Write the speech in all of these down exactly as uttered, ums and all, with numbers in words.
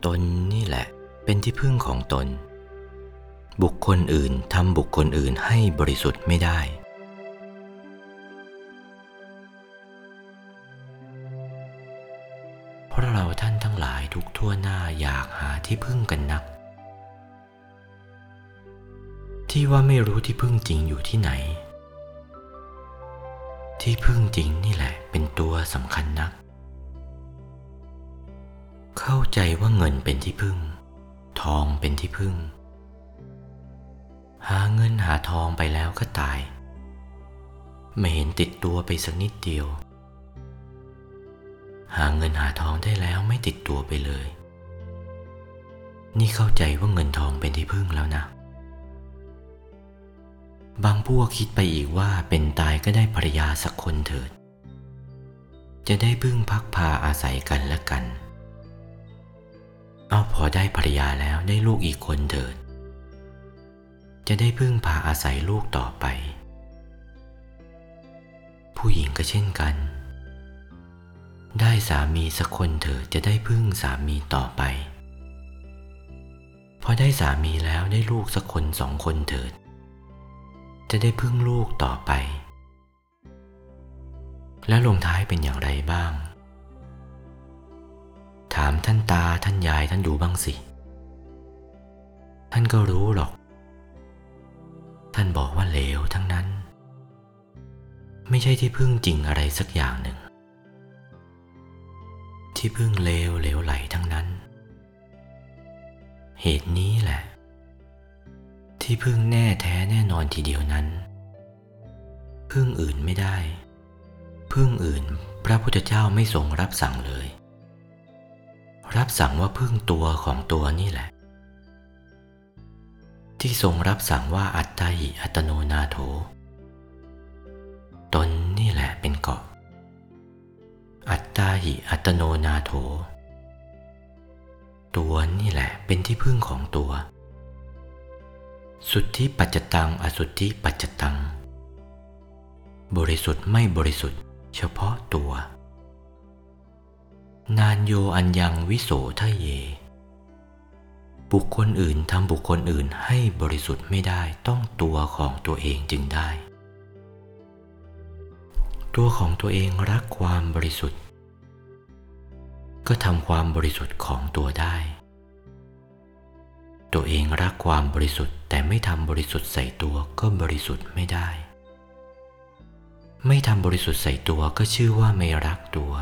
ตนนี่แหละเป็นที่พึ่งของตนบุคคลอื่นทำบุคคลอื่นให้บริสุทธิ์ไม่ได้เพราะเราท่านทั้งหลายทุกทั่วหน้าอยากหาที่พึ่งกันนักที่ว่าไม่รู้ที่พึ่งจริงอยู่ที่ไหนที่พึ่งจริงนี่แหละเป็นตัวสำคัญนักเข้าใจว่าเงินเป็นที่พึ่งทองเป็นที่พึ่งหาเงินหาทองไปแล้วก็ตายไม่เห็นติดตัวไปสักนิดเดียวหาเงินหาทองได้แล้วไม่ติดตัวไปเลยนี่เข้าใจว่าเงินทองเป็นที่พึ่งแล้วนะบางพวกคิดไปอีกว่าเป็นตายก็ได้ภรรยาสักคนเถิดจะได้พึ่งพักพาอาศัยกันและกันเอาพอได้ภรรยาแล้วได้ลูกอีกคนเถิดจะได้พึ่งพาอาศัยลูกต่อไปผู้หญิงก็เช่นกันได้สามีสักคนเถิดจะได้พึ่งสามีต่อไปพอได้สามีแล้วได้ลูกสักคนสองคนเถิดจะได้พึ่งลูกต่อไปแล้วลงท้ายเป็นอย่างไรบ้างถามท่านตาท่านยายท่านดูบ้างสิท่านก็รู้หรอกท่านบอกว่าเลวทั้งนั้นไม่ใช่ที่พึ่งจริงอะไรสักอย่างหนึ่งที่พึ่งเลวเหลวไหลทั้งนั้นเหตุนี้แหละที่พึ่งแน่แท้แน่นอนทีเดียวนั้นพึ่งอื่นไม่ได้พึ่งอื่นพระพุทธเจ้าไม่ทรงรับสั่งเลยรับสั่งว่าพึ่งตัวของตัวนี่แหละที่ทรงรับสั่งว่าอัตตาหิอัตโนนาโถตนนี่แหละเป็นเกาะอัตตาหิอัตโนนาโถตัวนี่แหละเป็นที่พึ่งของตัวสุทธิปัจจตังอสุทธิปัจจตังบริสุทธิ์ไม่บริสุทธิ์เฉพาะตัวนานโยอัญญังวิโสทะเยบุคคลอื่นทำบุคคลอื่นให้บริสุทธิ์ไม่ได้ต้องตัวของตัวเองจึงได้ตัวของตัวเองรักความบริสุทธิ์ก็ทำความบริสุทธิ์ของตัวได้ตัวเองรักความบริสุทธิ์แต่ไม่ทำบริสุทธิ์ใส่ตัวก็บริสุทธิ์ไม่ได้ไม่ทำบริสุทธิ์ใส่ตัวก็ชื่อว่าไม่รักตัว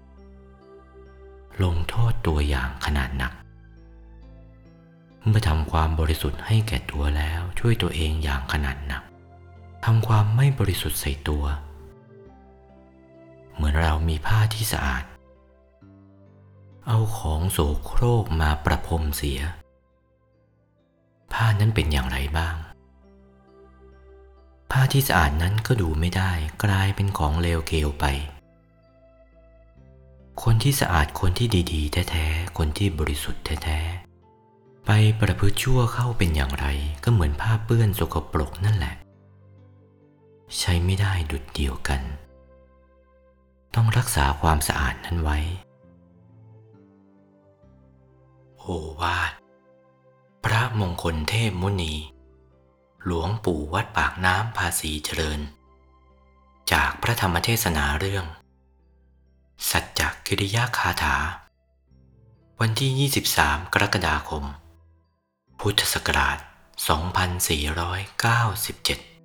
ลงโทษตัวอย่างขนาดหนักเมื่อทำความบริสุทธิ์ให้แก่ตัวแล้วช่วยตัวเองอย่างขนาดหนักทำความไม่บริสุทธิ์ใส่ตัวเหมือนเรามีผ้าที่สะอาดเอาของโสโครกมาประพรมเสียผ้านั้นเป็นอย่างไรบ้างผ้าที่สะอาดนั้นก็ดูไม่ได้กลายเป็นของเลวเกลไปคนที่สะอาดคนที่ดีๆแท้ๆคนที่บริสุทธิ์แท้ๆไปประพฤติชั่วเข้าเป็นอย่างไรก็เหมือนผ้าเปื้อนสกปรกนั่นแหละใช้ไม่ได้ดุจเดียวกันต้องรักษาความสะอาดนั้นไว้โอวาทพระมงคลเทพมุนีหลวงปู่วัดปากน้ำภาษีเจริญจากพระธรรมเทศนาเรื่องสัจจกิริยคาถาวันที่ยี่สิบสามกรกฎาคมพุทธศักราชสองพันสี่ร้อยเก้าสิบเจ็ด